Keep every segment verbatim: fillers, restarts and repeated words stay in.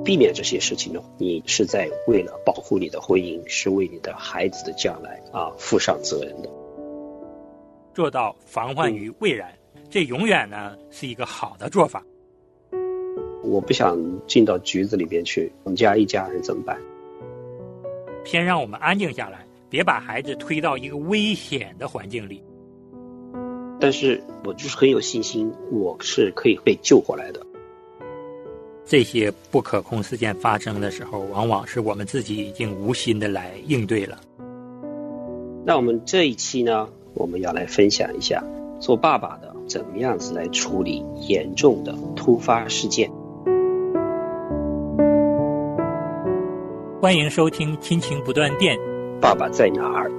避免这些事情呢，你是在为了保护你的婚姻，是为你的孩子的将来啊负上责任的。 做到防患于未然，嗯、这永远呢是一个好的做法。 我不想进到局子里边去，我们家一家人怎么办？ 先让我们安静下来，别把孩子推到一个危险的环境里。 但是我就是很有信心，我是可以被救回来的。 这些不可控事件发生的时候，往往是我们自己已经无心的来应对了。 那我们这一期呢，我们要来分享一下做爸爸的怎么样子来处理严重的突发事件。 欢迎收听亲情不断电， 爸爸在哪儿？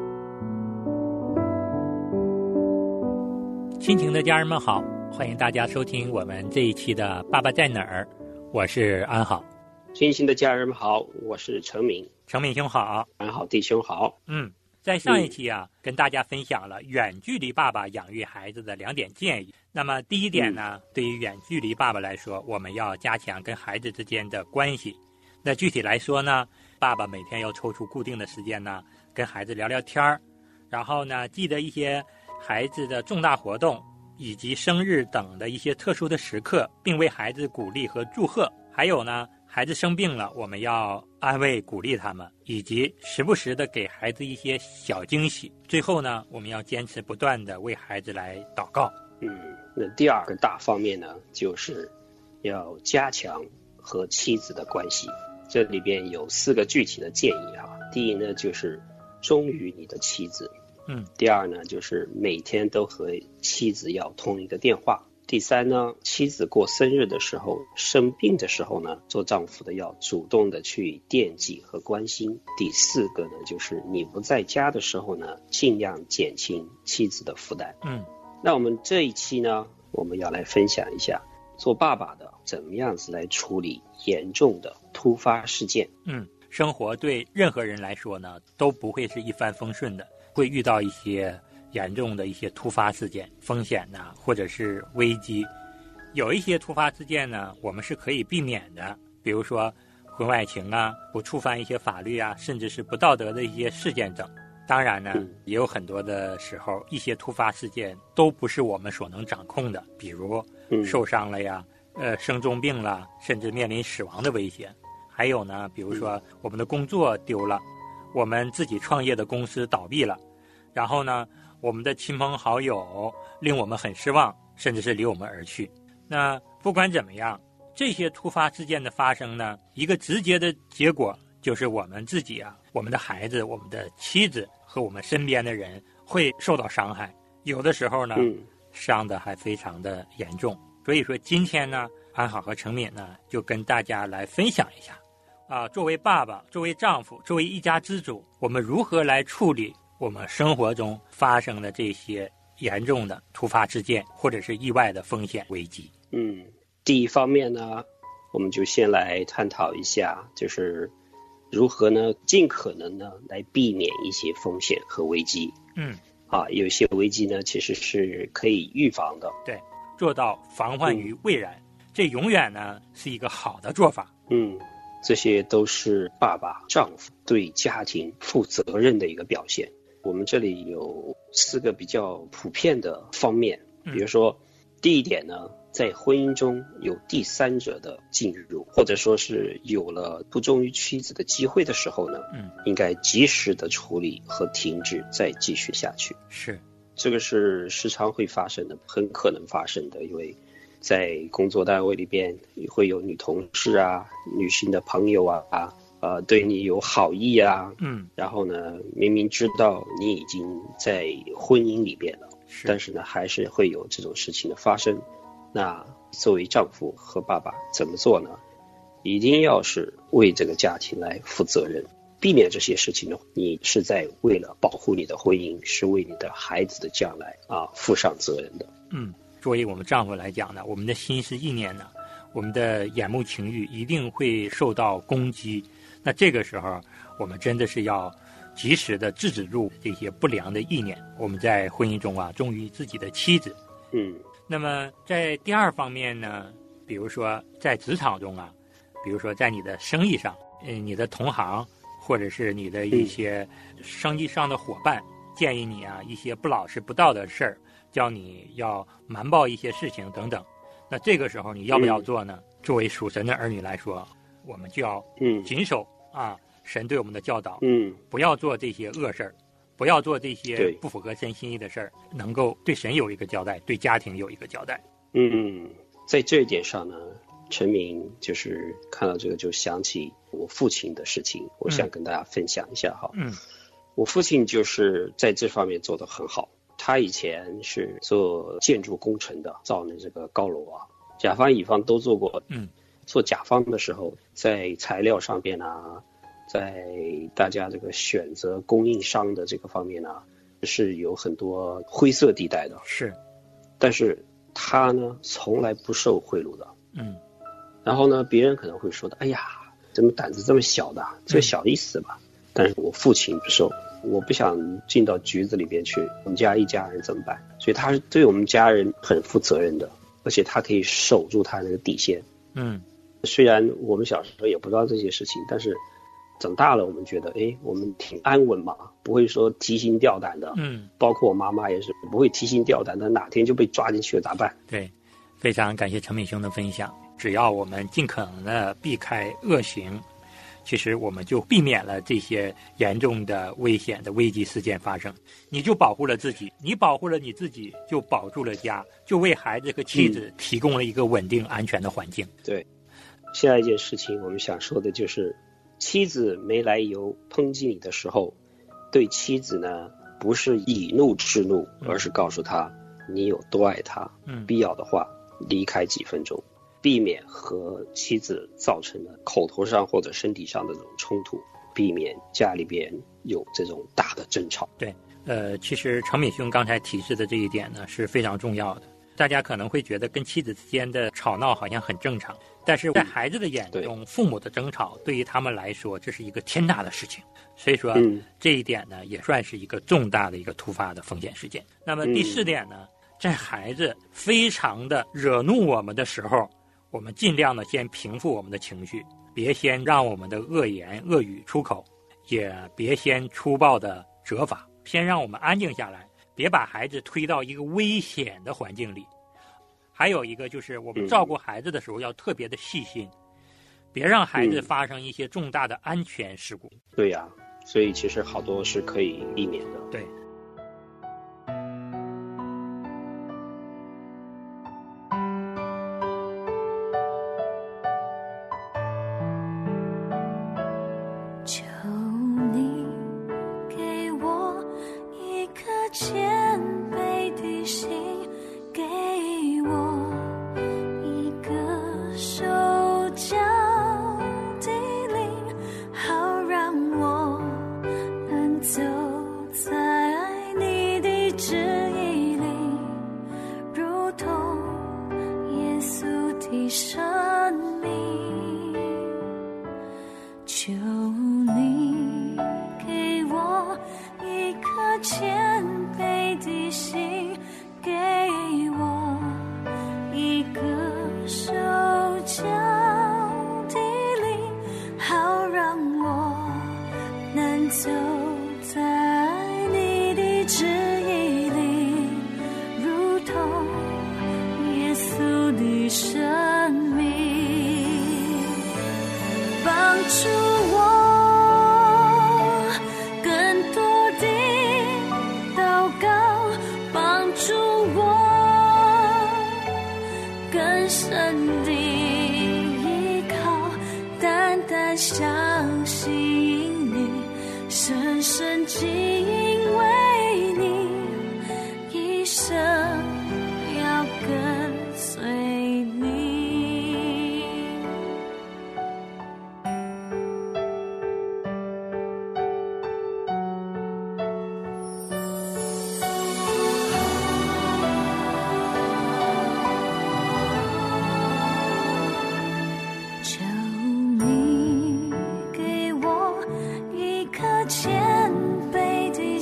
亲情的家人们好，欢迎大家收听我们这一期的爸爸在哪儿，我是安好。 亲情的家人们好，我是程敏。 程敏兄好。 安好弟兄好。 嗯，在上一期啊、嗯、跟大家分享了远距离爸爸养育孩子的两点建议。那么第一点呢、嗯、对于远距离爸爸来说，我们要加强跟孩子之间的关系。那具体来说呢，爸爸每天要抽出固定的时间呢，跟孩子聊聊天儿，然后呢，记得一些孩子的重大活动以及生日等的一些特殊的时刻，并为孩子鼓励和祝贺。还有呢，孩子生病了，我们要安慰鼓励他们，以及时不时的给孩子一些小惊喜。最后呢，我们要坚持不断的为孩子来祷告。 嗯，那第二个大方面呢，就是要加强和妻子的关系。这里边有四个具体的建议哈。第一呢，就是忠于你的妻子。 嗯。 第二呢，就是每天都和妻子要通一个电话。第三呢，妻子过生日的时候、生病的时候呢，做丈夫的要主动的去惦记和关心。第四个呢，就是你不在家的时候呢，尽量减轻妻子的负担。 嗯。 那我们这一期呢，我们要来分享一下做爸爸的怎么样子来处理严重的突发事件。 嗯，生活对任何人来说呢，都不会是一帆风顺的，会遇到一些严重的一些突发事件、风险呐、啊，或者是危机。有一些突发事件呢，我们是可以避免的，比如说婚外情啊，不触犯一些法律啊，甚至是不道德的一些事件等。当然呢、嗯、也有很多的时候，一些突发事件都不是我们所能掌控的，比如受伤了呀、呃，生重病了，甚至面临死亡的危险。还有呢，比如说我们的工作丢了，我们自己创业的公司倒闭了，然后呢，我们的亲朋好友令我们很失望，甚至是离我们而去。那不管怎么样，这些突发事件的发生呢，一个直接的结果就是我们自己啊，我们的孩子、我们的妻子和我们身边的人会受到伤害，有的时候呢、嗯、伤得还非常的严重。所以说今天呢，安好和程敏呢就跟大家来分享一下啊，作为爸爸、作为丈夫、作为一家之主，我们如何来处理我们生活中发生的这些严重的突发事件或者是意外的风险危机。 嗯，第一方面呢，我们就先来探讨一下，就是如何呢尽可能呢来避免一些风险和危机。 嗯， 啊，有些危机呢其实是可以预防的。 对，做到防患于未然、嗯、这永远呢是一个好的做法。 嗯，这些都是爸爸、丈夫对家庭负责任的一个表现。我们这里有四个比较普遍的方面，比如说、嗯、第一点呢，在婚姻中有第三者的进入，或者说是有了不忠于妻子的机会的时候呢， 嗯， 应该及时的处理和停止再继续下去。 是， 这个是时常会发生的，很可能发生的，因为在工作单位里边会有女同事啊、女性的朋友啊，呃，对你有好意啊， 嗯， 然后呢，明明知道你已经在婚姻里边了， 是， 但是呢，还是会有这种事情的发生。那作为丈夫和爸爸怎么做呢？一定要是为这个家庭来负责任，避免这些事情呢，你是在为了保护你的婚姻，是为你的孩子的将来啊负上责任的。 嗯，作为我们丈夫来讲呢，我们的心思意念呢，我们的眼目情欲一定会受到攻击。那这个时候，我们真的是要及时的制止住这些不良的意念。我们在婚姻中啊，忠于自己的妻子。 嗯。 那么在第二方面呢，比如说在职场中啊， 比如说在你的生意上，嗯，你的同行或者是你的一些生意上的伙伴，建议你啊一些不老实不道的事儿，叫你要瞒报一些事情等等。那这个时候你要不要做呢？嗯、作为属神的儿女来说，我们就要谨守啊神对我们的教导， 嗯， 不要做这些恶事儿，不要做这些不符合神心意的事儿，能够对神有一个交代，对家庭有一个交代。 嗯，在这一点上呢，陈明就是看到这个就想起我父亲的事情，我想跟大家分享一下哈。 嗯， 我父亲就是在这方面做得很好。他以前是做建筑工程的，造的这个高楼啊，甲方乙方都做过。 嗯， 做甲方的时候，在材料上边啊，在大家这个选择供应商的这个方面啊，是有很多灰色地带的。 是， 但是他呢，从来不受贿赂的。 嗯，然后呢，别人可能会说的，哎呀，怎么胆子这么小的，这小意思吧。嗯、但是我父亲不受。我不想进到局子里边去，我们家一家人怎么办？所以他是对我们家人很负责任的，而且他可以守住他那个底线。 嗯， 虽然我们小时候也不知道这些事情，但是长大了我们觉得，哎，我们挺安稳嘛，不会说提心吊胆的。 嗯， 包括我妈妈也是不会提心吊胆的，哪天就被抓进去了咋办？ 对，非常感谢陈敏兄的分享。只要我们尽可能的避开恶行，其实我们就避免了这些严重的危险的危机事件发生，你就保护了自己，你保护了你自己，就保住了家，就为孩子和妻子提供了一个稳定安全的环境。 嗯、对，下一件事情我们想说的就是，妻子没来由抨击你的时候，对妻子呢不是以怒制怒，而是告诉她你有多爱她， 嗯， 必要的话离开几分钟。避免和妻子造成的口头上或者身体上的这种冲突，避免家里边有这种大的争吵。 对，呃，其实程敏兄刚才提示的这一点呢是非常重要的。大家可能会觉得跟妻子之间的吵闹好像很正常，但是在孩子的眼中，父母的争吵对于他们来说这是一个天大的事情。所以说、嗯、这一点呢也算是一个重大的一个突发的风险事件。那么第四点呢、嗯、在孩子非常的惹怒我们的时候，我们尽量的先平复我们的情绪，别先让我们的恶言恶语出口，也别先粗暴的责罚，先让我们安静下来，别把孩子推到一个危险的环境里。还有一个就是我们照顾孩子的时候要特别的细心，别让孩子发生一些重大的安全事故。 嗯、对呀、啊，所以其实好多是可以避免的。 对。 谦卑的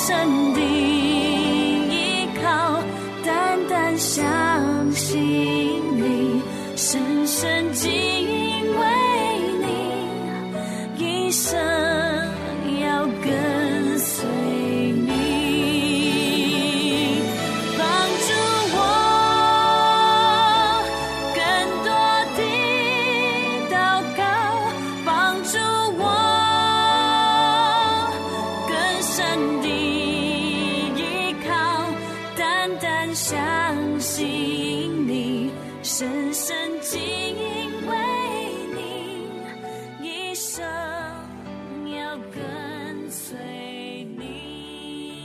深的依靠，单单相信你，深深敬畏你，一生要跟随你。相信你，深深敬畏你，一生要跟随你。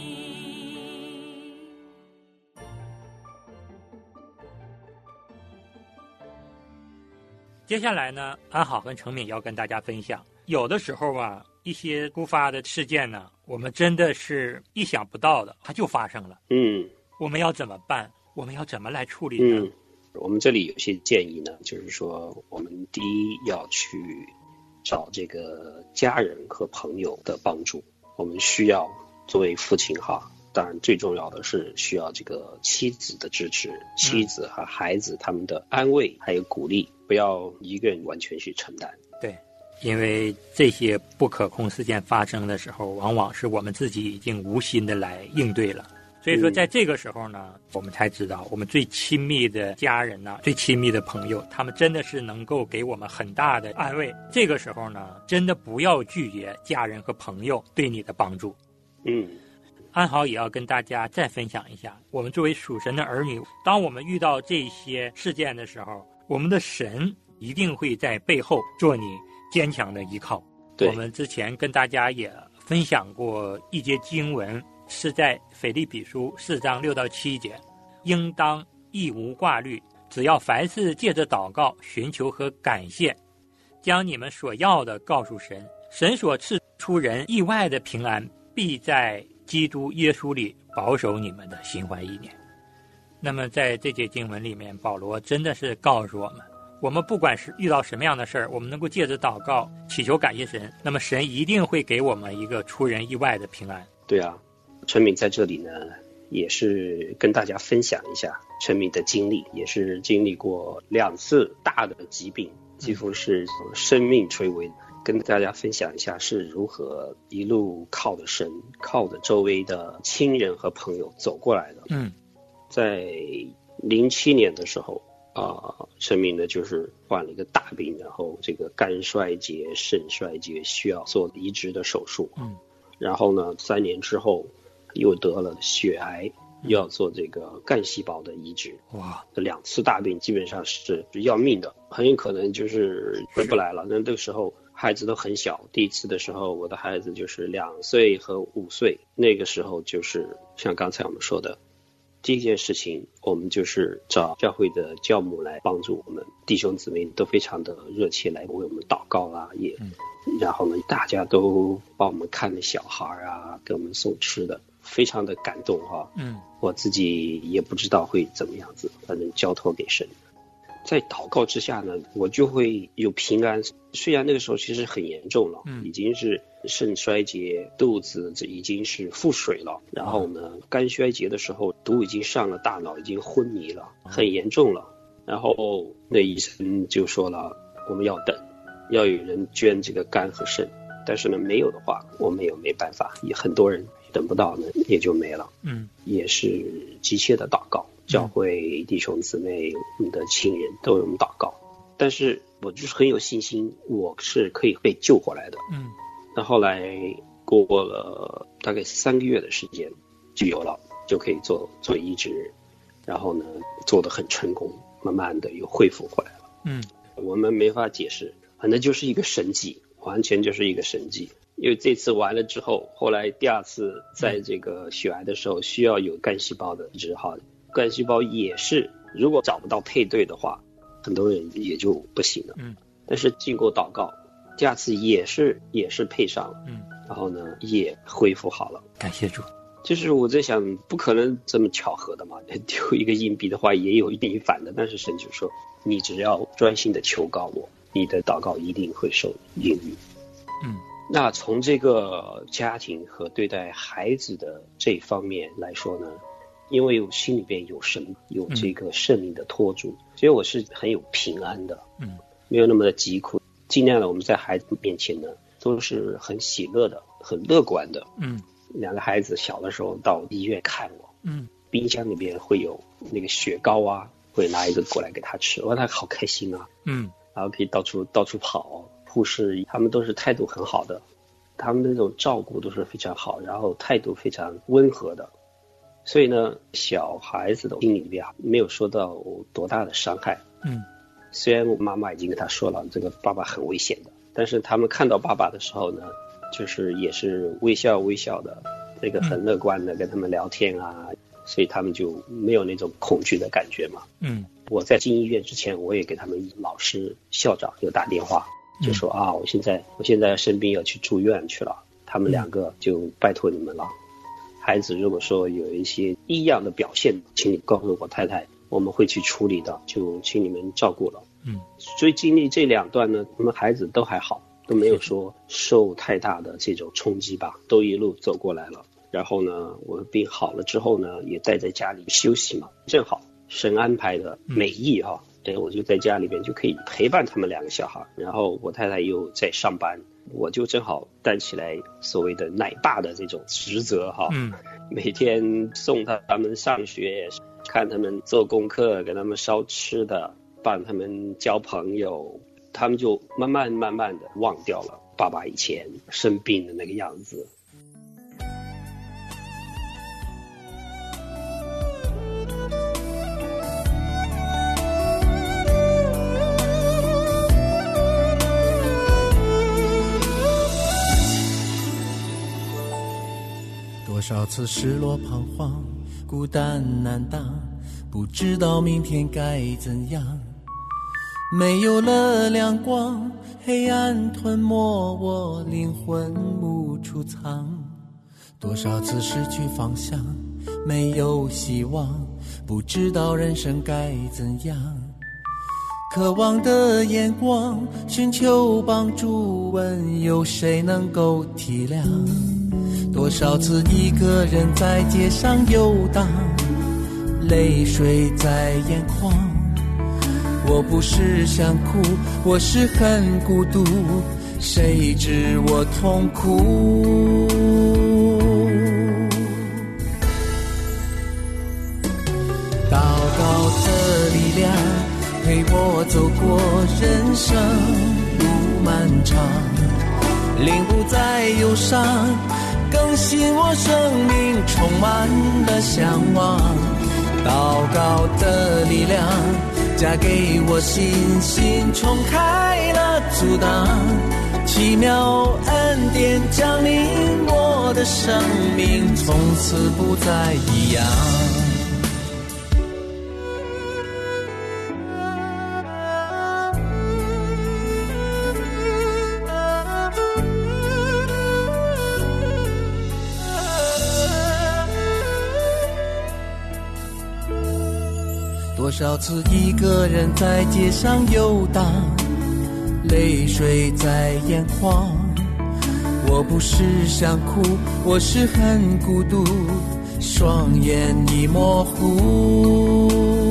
接下来呢，安好跟程敏要跟大家分享，有的时候啊，一些突发的事件呢，我们真的是意想不到的，它就发生了。 嗯。 我们要怎么办？我们要怎么来处理呢？ 嗯，我们这里有些建议呢，就是说，我们第一要去找这个家人和朋友的帮助。我们需要作为父亲哈，当然最重要的是需要这个妻子的支持，妻子和孩子他们的安慰还有鼓励，不要一个人完全去承担。 对，因为这些不可控事件发生的时候，往往是我们自己已经无心的来应对了。所以说在这个时候呢，嗯、我们才知道我们最亲密的家人呢、啊、最亲密的朋友，他们真的是能够给我们很大的安慰。这个时候呢，真的不要拒绝家人和朋友对你的帮助。 嗯， 安好也要跟大家再分享一下，我们作为属神的儿女，当我们遇到这些事件的时候，我们的神一定会在背后做你坚强的依靠。我们之前跟大家也分享过一节经文，是在腓立比书四章六到七节，应当一无挂虑，只要凡事借着祷告、寻求和感谢，将你们所要的告诉神，神所赐出人意外的平安，必在基督耶稣里保守你们的心怀意念。那么在这节经文里面，保罗真的是告诉我们，我们不管是遇到什么样的事儿，我们能够借着祷告祈求感谢神，那么神一定会给我们一个出人意外的平安。 对啊，陈敏在这里呢也是跟大家分享一下陈敏的经历，也是经历过两次大的疾病，几乎是生命垂危，跟大家分享一下是如何一路靠着神，靠着周围的亲人和朋友走过来的。 嗯， 在零七年的时候啊、呃，陈敏呢就是患了一个大病，然后这个肝衰竭、肾衰竭，需要做移植的手术。 嗯，然后呢，三年之后又得了血癌，又要做这个干细胞的移植。 哇， 这两次大病基本上是要命的，很有可能就是回不来了。那那个时候孩子都很小，第一次的时候我的孩子就是两岁和五岁，那个时候就是像刚才我们说的，第一件事情我们就是找教会的教母来帮助我们，弟兄姊妹都非常的热切来为我们祷告啊，也、嗯、然后呢大家都帮我们看了小孩啊，给我们送吃的，非常的感动哈、啊。 嗯， 我自己也不知道会怎么样子，反正交托给神。在祷告之下呢，我就会有平安。虽然那个时候其实很严重了， 嗯， 已经是肾衰竭，肚子这已经是腹水了，然后呢肝衰竭的时候毒已经上了大脑，已经昏迷了，很严重了。然后那医生就说了，我们要等，要有人捐这个肝和肾，但是呢没有的话我们也没办法，也很多人等不到呢也就没了。 嗯， 也是急切的祷告，教会弟兄姊妹我们的亲人都有我们祷告，但是我就是很有信心我是可以被救回来的。 嗯， 那后来过了大概三个月的时间就有了，就可以做做移植，然后呢做得很成功，慢慢的又恢复回来了。 嗯， 我们没法解释，反正就是一个神迹，完全就是一个神迹。因为这次完了之后，后来第二次在这个血癌的时候需要有干细胞的移植哈，干细胞也是如果找不到配对的话，很多人也就不行了。 嗯， 但是经过祷告，第二次也是也是配上了。 嗯， 然后呢也恢复好了。 感谢主。 就是我在想，不可能这么巧合的嘛，丢一个硬币的话也有逆反的，但是神就说你只要专心的求告我，你的祷告一定会受应允。 嗯， 那从这个家庭和对待孩子的这方面来说呢，因为我心里边有神，有这个圣灵的托住，嗯、所以我是很有平安的，嗯，没有那么的疾苦。尽量的我们在孩子面前呢，都是很喜乐的，很乐观的，嗯。两个孩子小的时候到医院看我，嗯，冰箱里边会有那个雪糕啊，会拿一个过来给他吃，哇，他好开心啊，嗯，然后可以到处到处跑。护士他们都是态度很好的，他们那种照顾都是非常好，然后态度非常温和的，所以呢，小孩子的心里边没有受到多大的伤害。嗯，虽然我妈妈已经跟他说了，这个爸爸很危险的，但是他们看到爸爸的时候呢，就是也是微笑微笑的，这个很乐观的跟他们聊天啊，所以他们就没有那种恐惧的感觉嘛。嗯，我在进医院之前，我也给他们老师、校长有打电话。就说啊，我现在我现在生病要去住院去了，他们两个就拜托你们了。孩子如果说有一些异样的表现，请你告诉我太太，我们会去处理的，就请你们照顾了。嗯，所以经历这两段呢，我们孩子都还好，都没有说受太大的这种冲击吧，都一路走过来了。然后呢，我病好了之后呢，也待在家里休息嘛，正好神安排的美意哈、啊。对，我就在家里边就可以陪伴他们两个小孩，然后我太太又在上班，我就正好担起来所谓的奶爸的这种职责哈。嗯，每天送他们上学，看他们做功课，给他们烧吃的，帮他们交朋友，他们就慢慢慢慢的忘掉了爸爸以前生病的那个样子。 多少次失落彷徨，孤单难当，不知道明天该怎样。没有了亮光，黑暗吞没我灵魂无处藏。多少次失去方向，没有希望，不知道人生该怎样。渴望的眼光，寻求帮助，问有谁能够体谅。多少次一个人在街上游荡，泪水在眼眶。我不是想哭，我是很孤独，谁知我痛苦。祷告的力量陪我走过人生路漫长，灵不再忧伤，更新我生命充满了向往。祷告的力量加给我信心，冲开了阻挡，奇妙恩典降临我的生命，从此不再一样。多少次一个人在街上游荡，泪水在眼眶。我不是想哭，我是很孤独，双眼已模糊。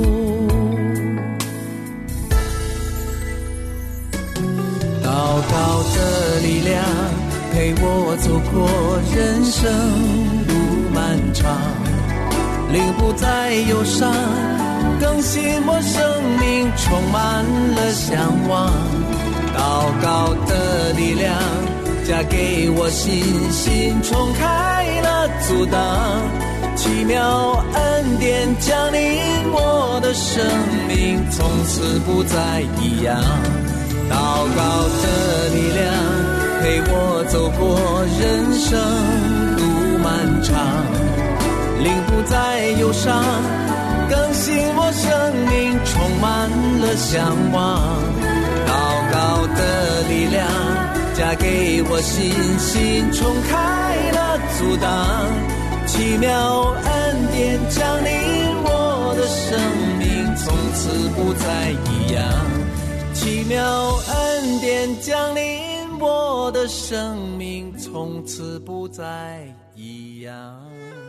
祷告的力量陪我走过人生路漫长，灵不再忧伤，更新我生命充满了向往。祷告的力量加给我信心，冲开了阻挡，奇妙恩典降临我的生命，从此不再一样。祷告的力量陪我走过人生路漫长，灵不再忧伤，更新我生命充满了向往。祷告的力量加给我信心，冲开了阻挡，奇妙恩典降临我的生命，从此不再一样。奇妙恩典降临我的的生命从此不再一样。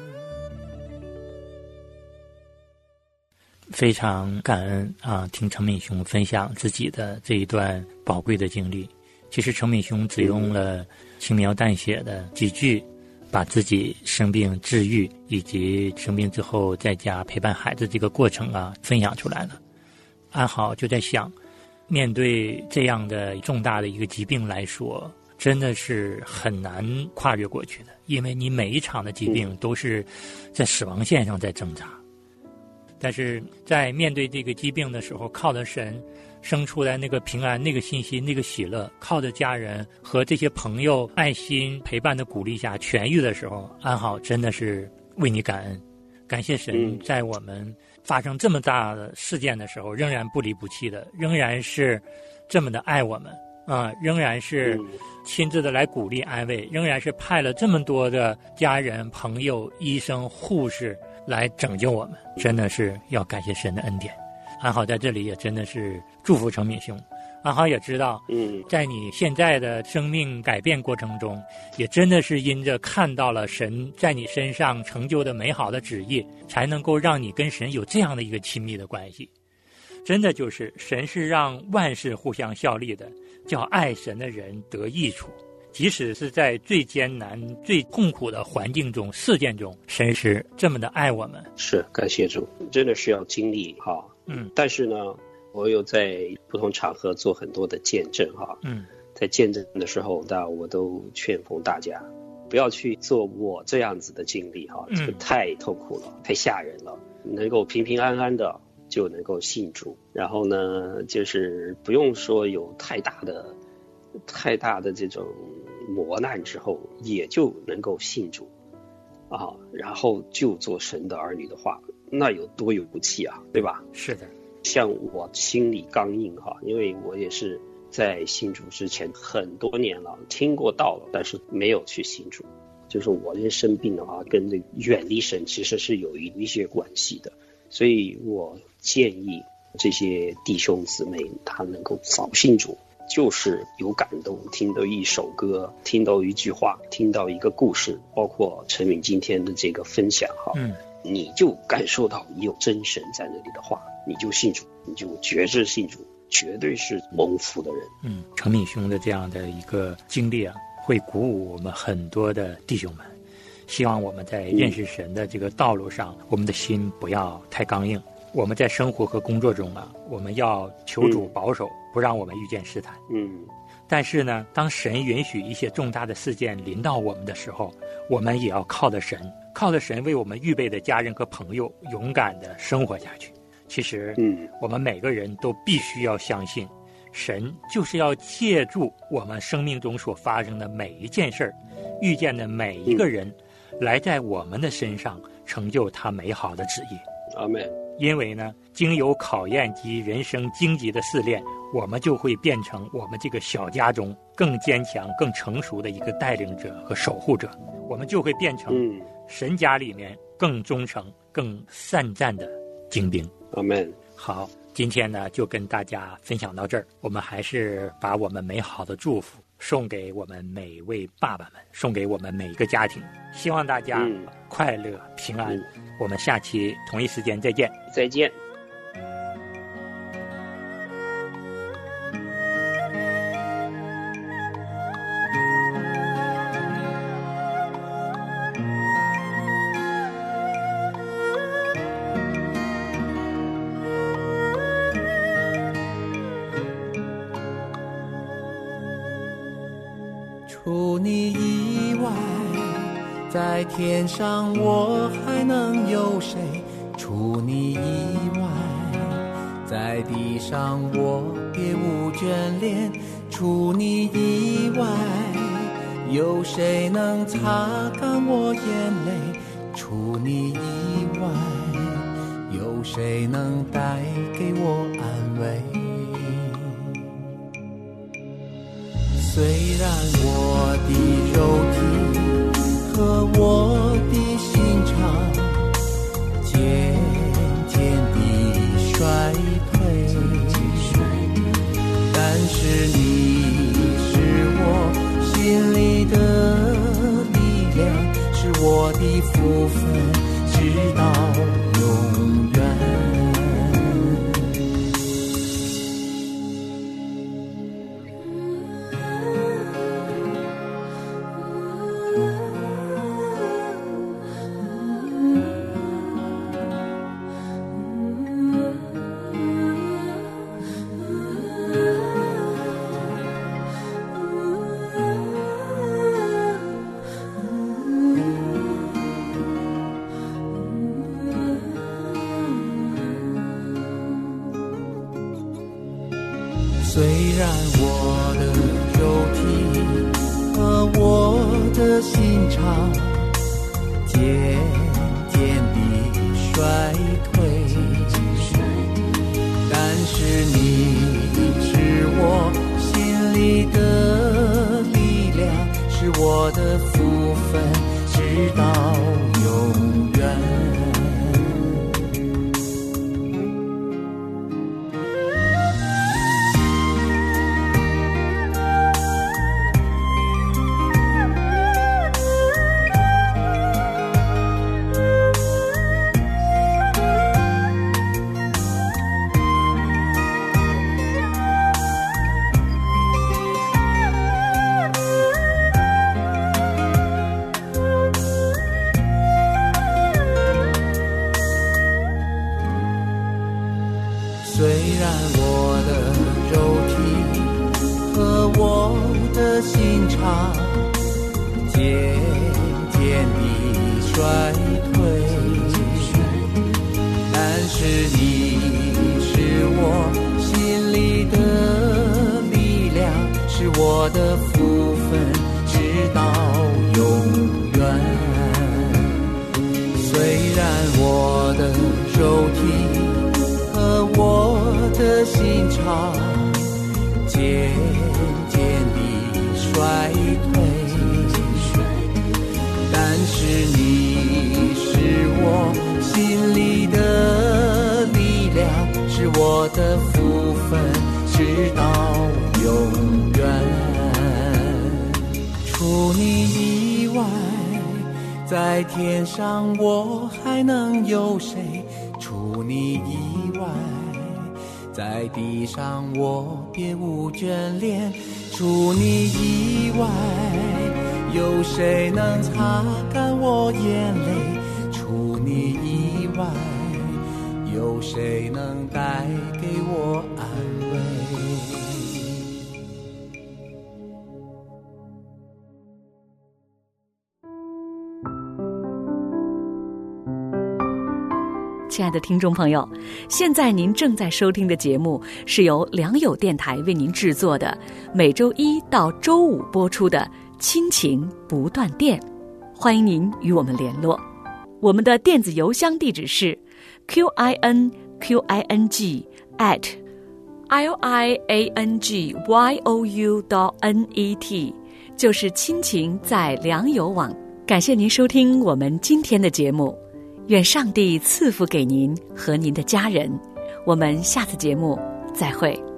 非常感恩啊，听程敏兄分享自己的这一段宝贵的经历。其实程敏兄只用了轻描淡写的几句，把自己生病治愈以及生病之后在家陪伴孩子这个过程啊分享出来了。安好就在想，面对这样的重大的一个疾病来说，真的是很难跨越过去的，因为你每一场的疾病都是在死亡线上在挣扎。但是在面对这个疾病的时候，靠着神生出来那个平安、那个信心、那个喜乐，靠着家人和这些朋友爱心陪伴的鼓励下痊愈的时候，安好真的是为你感恩，感谢神在我们发生这么大的事件的时候仍然不离不弃的，仍然是这么的爱我们啊，仍然是亲自的来鼓励安慰，仍然是派了这么多的家人朋友医生护士来拯救我们，真的是要感谢神的恩典。安好在这里也真的是祝福程敏兄，安好也知道，嗯，在你现在的生命改变过程中，也真的是因着看到了神在你身上成就的美好的旨意，才能够让你跟神有这样的一个亲密的关系。真的就是神是让万事互相效力的，叫爱神的人得益处。即使是在最艰难最痛苦的环境中事件中，神是这么的爱我们。 是，感谢主，真的是要经历哈。嗯，但是呢，我有在不同场合做很多的见证哈。嗯，在见证的时候，那我都劝奉大家不要去做我这样子的经历哈，这个太痛苦了，太吓人了。能够平平安安的就能够信主，然后呢，就是不用说有太大的太大的这种磨难之后，也就能够信主啊，然后就做神的儿女的话，那有多有福气啊，对吧？ 是的， 像我心里刚硬哈，因为我也是在信主之前很多年了，听过道了，但是没有去信主。就是我这生病的话，跟这远离神其实是有一些关系的，所以我建议这些弟兄姊妹他能够早信主。就是有感动，听到一首歌，听到一句话，听到一个故事，包括陈敏今天的这个分享哈，嗯，你就感受到有真神在那里的话，你就信主，你就觉知信主，绝对是蒙福的人。 嗯，程敏兄的这样的一个经历啊，会鼓舞我们很多的弟兄们。希望我们在认识神的这个道路上，嗯、我们的心不要太刚硬。我们在生活和工作中啊，我们要求主保守，嗯、不让我们遇见试探。嗯，但是呢，当神允许一些重大的事件临到我们的时候，我们也要靠着神，靠着神为我们预备的家人和朋友，勇敢的生活下去。其实，嗯，我们每个人都必须要相信，神就是要借助我们生命中所发生的每一件事儿，遇见的每一个人，嗯、来在我们的身上成就他美好的旨意。 阿们。 因为呢，经由考验及人生荆棘的试炼，我们就会变成我们这个小家中更坚强、更成熟的一个带领者和守护者。我们就会变成神家里面更忠诚、更善战的精兵。 阿们。 好，今天呢就跟大家分享到这儿。我们还是把我们美好的祝福送给我们每位爸爸们，送给我们每一个家庭。希望大家快乐、平安。嗯我们下期同一时间再见。 再见。 除你以外，在天上我还能有谁？除你以外，在地上我别无眷恋。除你以外，有谁能擦干我眼泪？除你以外，有谁能带给我安慰？虽然我的肉体和我的心肠渐渐地衰退，但是你是我心虽然我的肉体和我的心肠渐渐地衰退，但是你是我心里的力量，是我的福分，直到永远。虽然我的肉体和我的心肠渐渐地衰退，但是你是我心里的力量，是我的福分，直到永远。虽然我的肉体和我的心肠渐渐地衰退，但是你是我心里的力量，是我的福分，直到永远。除你以外，在天上我还能有谁？除你以外，在地上我别无眷恋。除你以外，有谁能擦干我眼泪？除你以外，有谁能带给我安慰？ 亲爱的听众朋友，现在您正在收听的节目是由良友电台为您制作的，每周一到周五播出的亲情不断电，欢迎您与我们联络。我们的电子邮箱地址是 q i n q i n g at l i a n g y o u dot n e t， 就是亲情在良友网。感谢您收听我们今天的节目，愿上帝赐福给您和您的家人，我们下次节目再会。